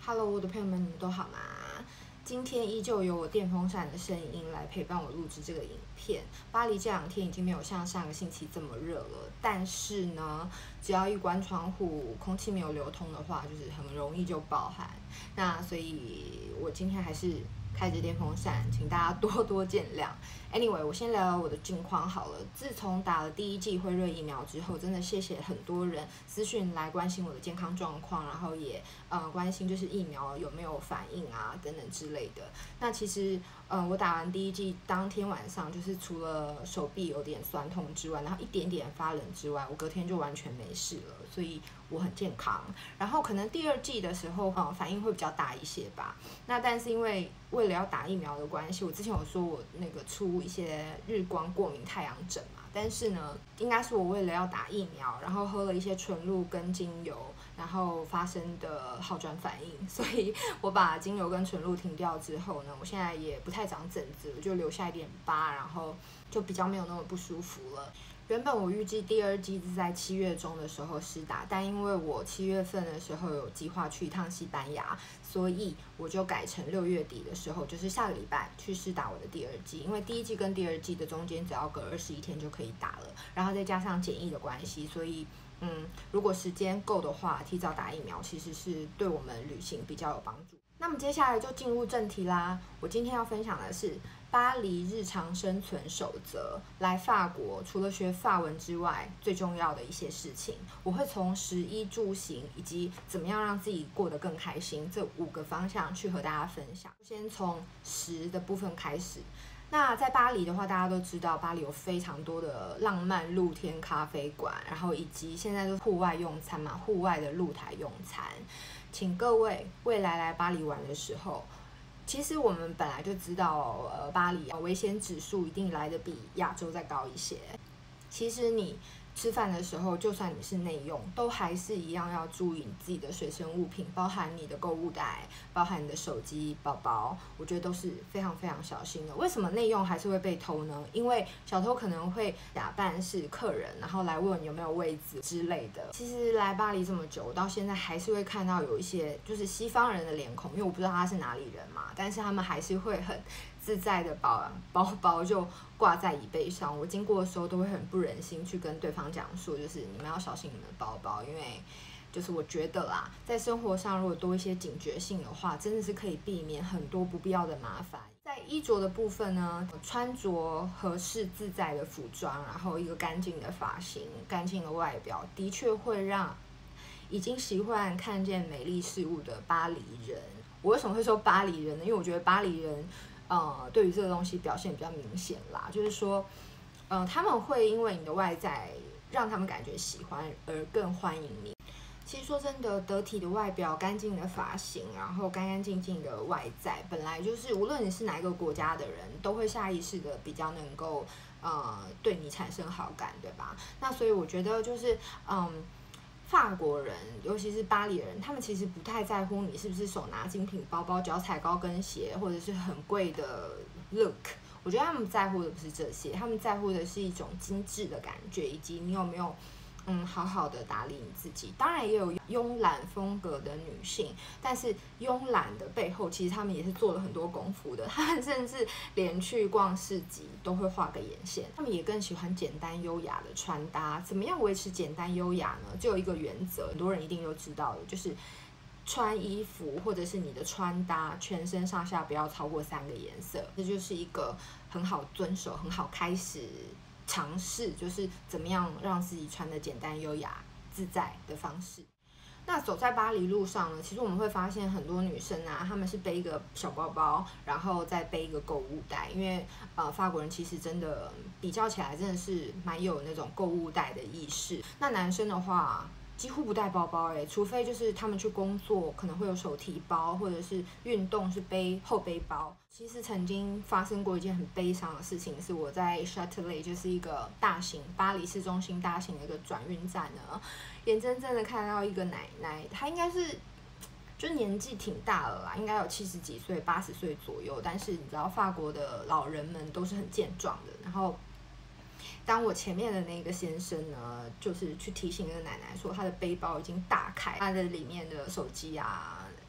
Hello，我的朋友们，你们都好吗？今天依旧有我电风扇的声音来陪伴我录制这个影片。巴黎这2天已经没有像上个星期这么热了，但是呢，只要一关窗户，空气没有流通的话，就是很容易就爆汗。那所以我今天还是开着电风扇，请大家多多见谅。Anyway， 我先聊聊我的近况好了。自从打了第1剂辉瑞疫苗之后，真的谢谢很多人私讯来关心我的健康状况，然后也关心就是疫苗有没有反应啊等等之类的。那其实我打完第1剂当天晚上，就是除了手臂有点酸痛之外，然后一点点发冷之外，我隔天就完全没事了，所以我很健康。然后可能第2剂的时候，反应会比较大一些吧。那但是因为了要打疫苗的关系，我之前有说我那个出一些日光过敏太阳疹嘛，但是呢，应该是我为了要打疫苗，然后喝了一些纯露跟精油，然后发生的好转反应，所以我把精油跟纯露停掉之后呢，我现在也不太长疹子，我就留下一点疤，然后就比较没有那么不舒服了。原本我预计第2剂是在7月中的时候施打，但因为我7月份的时候有计划去一趟西班牙，所以我就改成6月底的时候，就是下个礼拜去施打我的第2剂。因为第1剂跟第2剂的中间只要隔21天就可以打了，然后再加上检疫的关系，所以如果时间够的话，提早打疫苗其实是对我们旅行比较有帮助。那么接下来就进入正题啦。我今天要分享的是巴黎日常生存守则。来法国除了学法文之外，最重要的一些事情，我会从食衣住行以及怎么样让自己过得更开心这5个方向去和大家分享。先从食的部分开始。那在巴黎的话，大家都知道巴黎有非常多的浪漫露天咖啡馆，然后以及现在都户外用餐嘛，户外的露台用餐。请各位未来巴黎玩的时候，其实我们本来就知道，巴黎危险指数一定来得比亚洲再高一些。其实你吃饭的时候，就算你是内用，都还是一样要注意你自己的随身物品，包含你的购物袋，包含你的手机、包包，我觉得都是非常非常小心的。为什么内用还是会被偷呢？因为小偷可能会假扮是客人，然后来问有没有位置之类的。其实来巴黎这么久，我到现在还是会看到有一些就是西方人的脸孔，因为我不知道他是哪里人嘛，但是他们还是会很自在的把包包就挂在椅背上，我经过的时候都会很不忍心去跟对方讲说，就是你们要小心你们的包包，因为就是我觉得啦，在生活上如果多一些警觉性的话，真的是可以避免很多不必要的麻烦。在衣着的部分呢，穿着合适自在的服装，然后一个干净的发型、干净的外表，的确会让已经习惯看见美丽事物的巴黎人。我为什么会说巴黎人呢？因为我觉得巴黎人对于这个东西表现比较明显啦，就是说他们会因为你的外在让他们感觉喜欢而更欢迎你。其实说真的，得体的外表、干净的发型，然后干干净净的外在，本来就是无论你是哪一个国家的人，都会下意识的比较能够对你产生好感，对吧？那所以我觉得就是法国人，尤其是巴黎人，他们其实不太在乎你是不是手拿精品包包、脚踩高跟鞋，或者是很贵的 look。我觉得他们在乎的不是这些，他们在乎的是一种精致的感觉，以及你有没有好好的打理你自己。当然也有慵懒风格的女性，但是慵懒的背后，其实他们也是做了很多功夫的。他们甚至连去逛市集都会画个眼线。他们也更喜欢简单优雅的穿搭。怎么样维持简单优雅呢？就有一个原则，很多人一定都知道的，就是穿衣服或者是你的穿搭，全身上下不要超过3个颜色。这就是一个很好遵守、很好开始尝试，就是怎么样让自己穿得简单优雅自在的方式。那走在巴黎路上呢，其实我们会发现很多女生啊，她们是背一个小包包，然后再背一个购物袋，因为法国人其实真的比较起来，真的是蛮有那种购物袋的意识。那男生的话，几乎不带包包除非就是他们去工作可能会有手提包，或者是运动是背后背包。其实曾经发生过一件很悲伤的事情，是我在 Châtelet， 就是一个大型巴黎市中心大型的一个转运站呢，眼睁睁的看到一个奶奶，她应该是就年纪挺大了啦，应该有70几岁、80岁左右，但是你知道法国的老人们都是很健壮的，然后当我前面的那个先生呢，就是去提醒那个奶奶说，她的背包已经打开，她的里面的手机啊、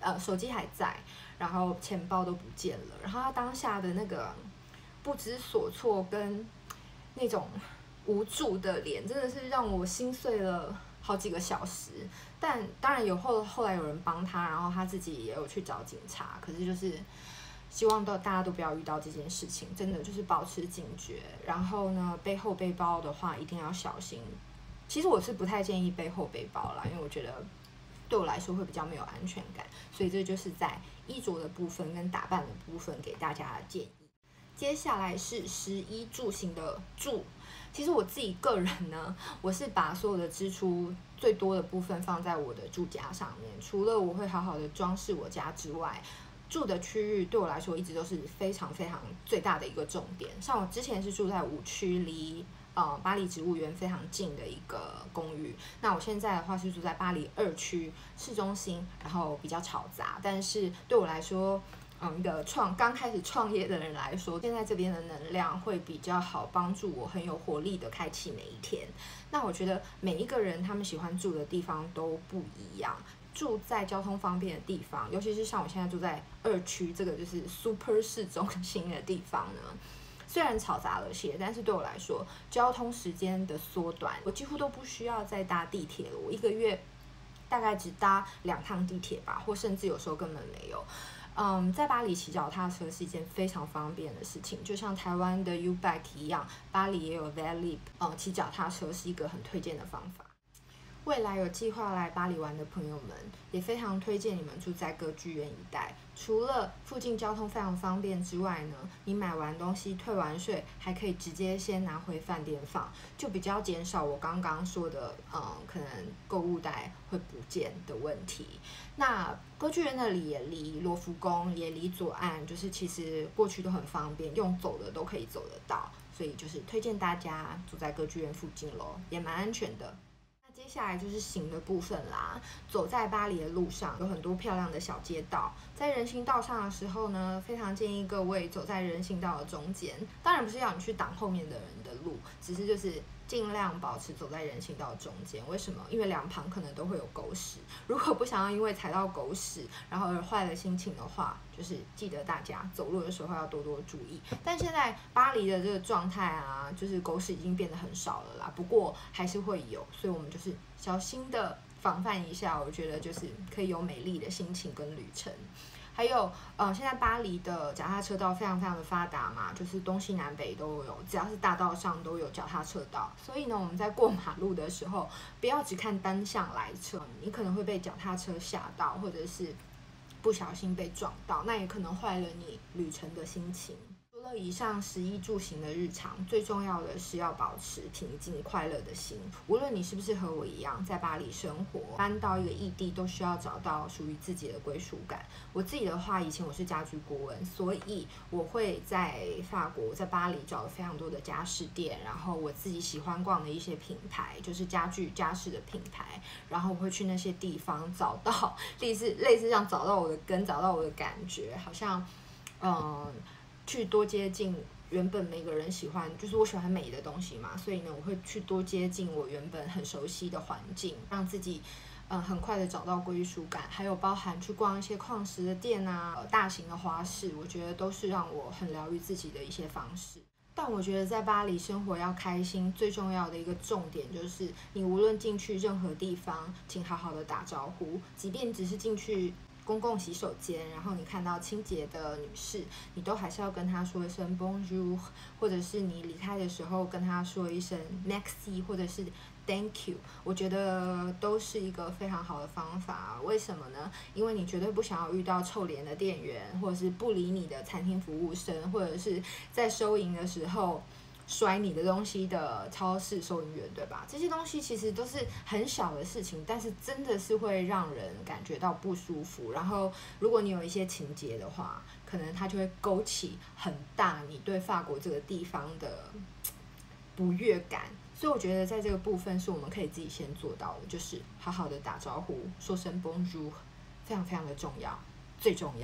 手机还在，然后钱包都不见了，然后他当下的那个不知所措跟那种无助的脸，真的是让我心碎了好几个小时。但当然后来有人帮他，然后他自己也有去找警察，可是就是希望大家都不要遇到这件事情，真的就是保持警觉。然后呢，背后背包的话一定要小心。其实我是不太建议背后背包啦，因为我觉得对我来说会比较没有安全感，所以这就是在衣着的部分跟打扮的部分给大家的建议。接下来是食衣住行的住。其实我自己个人呢，我是把所有的支出最多的部分放在我的住家上面。除了我会好好的装饰我家之外，住的区域对我来说一直都是非常非常最大的一个重点。像我之前是住在5区，离巴黎植物园非常近的一个公寓。那我现在的话是住在巴黎2区市中心，然后比较嘈杂，但是对我来说，一个刚开始创业的人来说，现在这边的能量会比较好，帮助我很有活力的开启每一天。那我觉得每一个人他们喜欢住的地方都不一样。住在交通方便的地方，尤其是像我现在住在2区这个就是 super 市中心的地方呢，虽然嘈杂了些，但是对我来说，交通时间的缩短，我几乎都不需要再搭地铁了。我一个月大概只搭2趟地铁吧，或甚至有时候根本没有。在巴黎骑脚踏车是一件非常方便的事情，就像台湾的 U-Bike 一样，巴黎也有 Vélib，骑脚踏车是一个很推荐的方法。未来有计划来巴黎玩的朋友们，也非常推荐你们住在歌剧院一带。除了附近交通非常方便之外呢，你买完东西退完税，还可以直接先拿回饭店放，就比较减少我刚刚说的，可能购物袋会不见的问题。那歌剧院那里也离罗浮宫，也离左岸，就是其实过去都很方便，用走的都可以走得到，所以就是推荐大家住在歌剧院附近咯，也蛮安全的。接下来就是行的部分啦。走在巴黎的路上，有很多漂亮的小街道。在人行道上的时候呢，非常建议各位走在人行道的中间。当然不是要你去挡后面的人的路，只是就是尽量保持走在人行道中间。为什么？因为两旁可能都会有狗屎。如果不想要因为踩到狗屎，然后而坏了心情的话，就是记得大家走路的时候要多多注意。但现在巴黎的这个状态啊，就是狗屎已经变得很少了啦，不过还是会有，所以我们就是小心的防范一下。我觉得就是可以有美丽的心情跟旅程。还有，现在巴黎的脚踏车道非常非常的发达嘛，就是东西南北都有，只要是大道上都有脚踏车道。所以呢，我们在过马路的时候，不要只看单向来车，你可能会被脚踏车吓到，或者是不小心被撞到，那也可能坏了你旅程的心情。除了以上食衣住行的日常，最重要的是要保持平静快乐的心。无论你是不是和我一样在巴黎生活，搬到一个异地，都需要找到属于自己的归属感。我自己的话，以前我是家居顾问，所以我会在法国，在巴黎找了非常多的家饰店，然后我自己喜欢逛的一些品牌，就是家具家饰的品牌，然后我会去那些地方找到类似这样找到我的根，找到我的感觉，好像去多接近原本每个人喜欢，就是我喜欢美的东西嘛，所以呢，我会去多接近我原本很熟悉的环境，让自己很快的找到归属感。还有包含去逛一些矿石的店啊，大型的花市，我觉得都是让我很疗愈自己的一些方式。但我觉得在巴黎生活要开心，最重要的一个重点就是，你无论进去任何地方，请好好的打招呼，即便只是进去公共洗手间，然后你看到清洁的女士，你都还是要跟她说一声 Bonjour， 或者是你离开的时候跟她说一声 Merci， 或者是 Thank you。我觉得都是一个非常好的方法。为什么呢？因为你绝对不想要遇到臭脸的店员，或者是不理你的餐厅服务生，或者是在收银的时候摔你的东西的超市收银员，对吧？这些东西其实都是很小的事情，但是真的是会让人感觉到不舒服。然后，如果你有一些情节的话，可能它就会勾起很大你对法国这个地方的不悦感。所以我觉得在这个部分是我们可以自己先做到的，就是好好的打招呼，说声 Bonjour， 非常非常的重要，最重要了。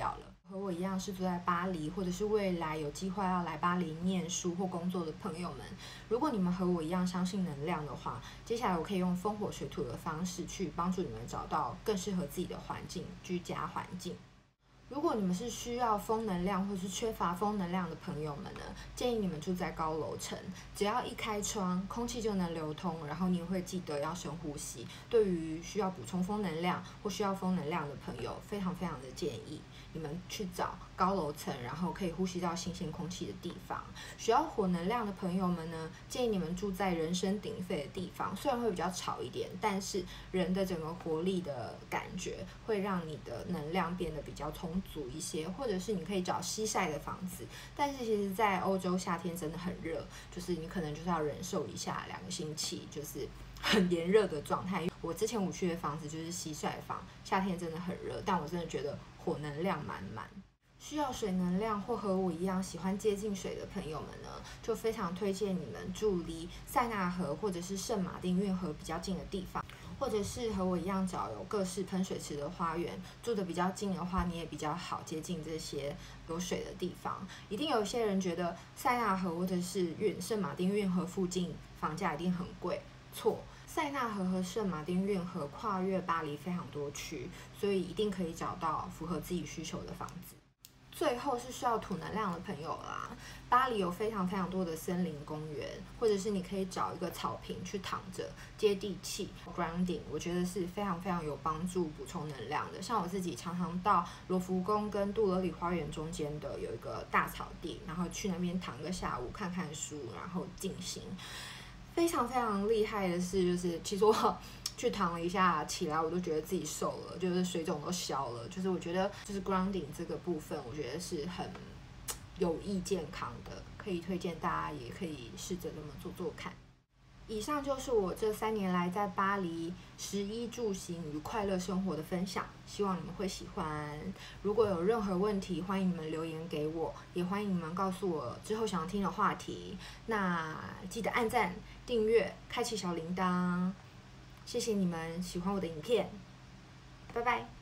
和我一样是住在巴黎，或者是未来有计划要来巴黎念书或工作的朋友们，如果你们和我一样相信能量的话，接下来我可以用风火水土的方式去帮助你们找到更适合自己的环境，居家环境。如果你们是需要风能量或是缺乏风能量的朋友们呢，建议你们住在高楼层，只要一开窗，空气就能流通，然后你会记得要深呼吸。对于需要补充风能量或需要风能量的朋友，非常的建议你们去找高楼层，然后可以呼吸到新鲜空气的地方。需要火能量的朋友们呢，建议你们住在人声鼎沸的地方，虽然会比较吵一点，但是人的整个活力的感觉会让你的能量变得比较充足一些，或者是你可以找西晒的房子。但是其实在欧洲夏天真的很热，就是你可能就是要忍受一下2个星期，就是很炎热的状态。我之前去的房子就是西晒房，夏天真的很热，但我真的觉得火能量满满。需要水能量或和我一样喜欢接近水的朋友们呢，就非常推荐你们住离塞纳河或者是圣马丁运河比较近的地方，或者是和我一样找有各式喷水池的花园。住得比较近的话，你也比较好接近这些有水的地方。一定有一些人觉得塞纳河或者是圣马丁运河附近房价一定很贵，错。塞纳河和圣马丁运河跨越巴黎非常多区，所以一定可以找到符合自己需求的房子。最后是需要土能量的朋友啦，巴黎有非常多的森林公园，或者是你可以找一个草坪去躺着，接地气 grounding， 我觉得是非常有帮助补充能量的。像我自己常常到罗浮宫跟杜勒里花园中间的有一个大草地，然后去那边躺个下午，看看书，然后静心。非常厉害的是，就是其实我去躺了一下，起来我都觉得自己瘦了，就是水肿都消了。就是我觉得就是 grounding 这个部分，我觉得是很有益健康的，可以推荐大家，也可以试着这么做看。以上就是我这3年来在巴黎食衣住行与快乐生活的分享，希望你们会喜欢。如果有任何问题，欢迎你们留言给我，也欢迎你们告诉我之后想要听的话题。那记得按赞、订阅、开启小铃铛，谢谢你们喜欢我的影片，拜拜。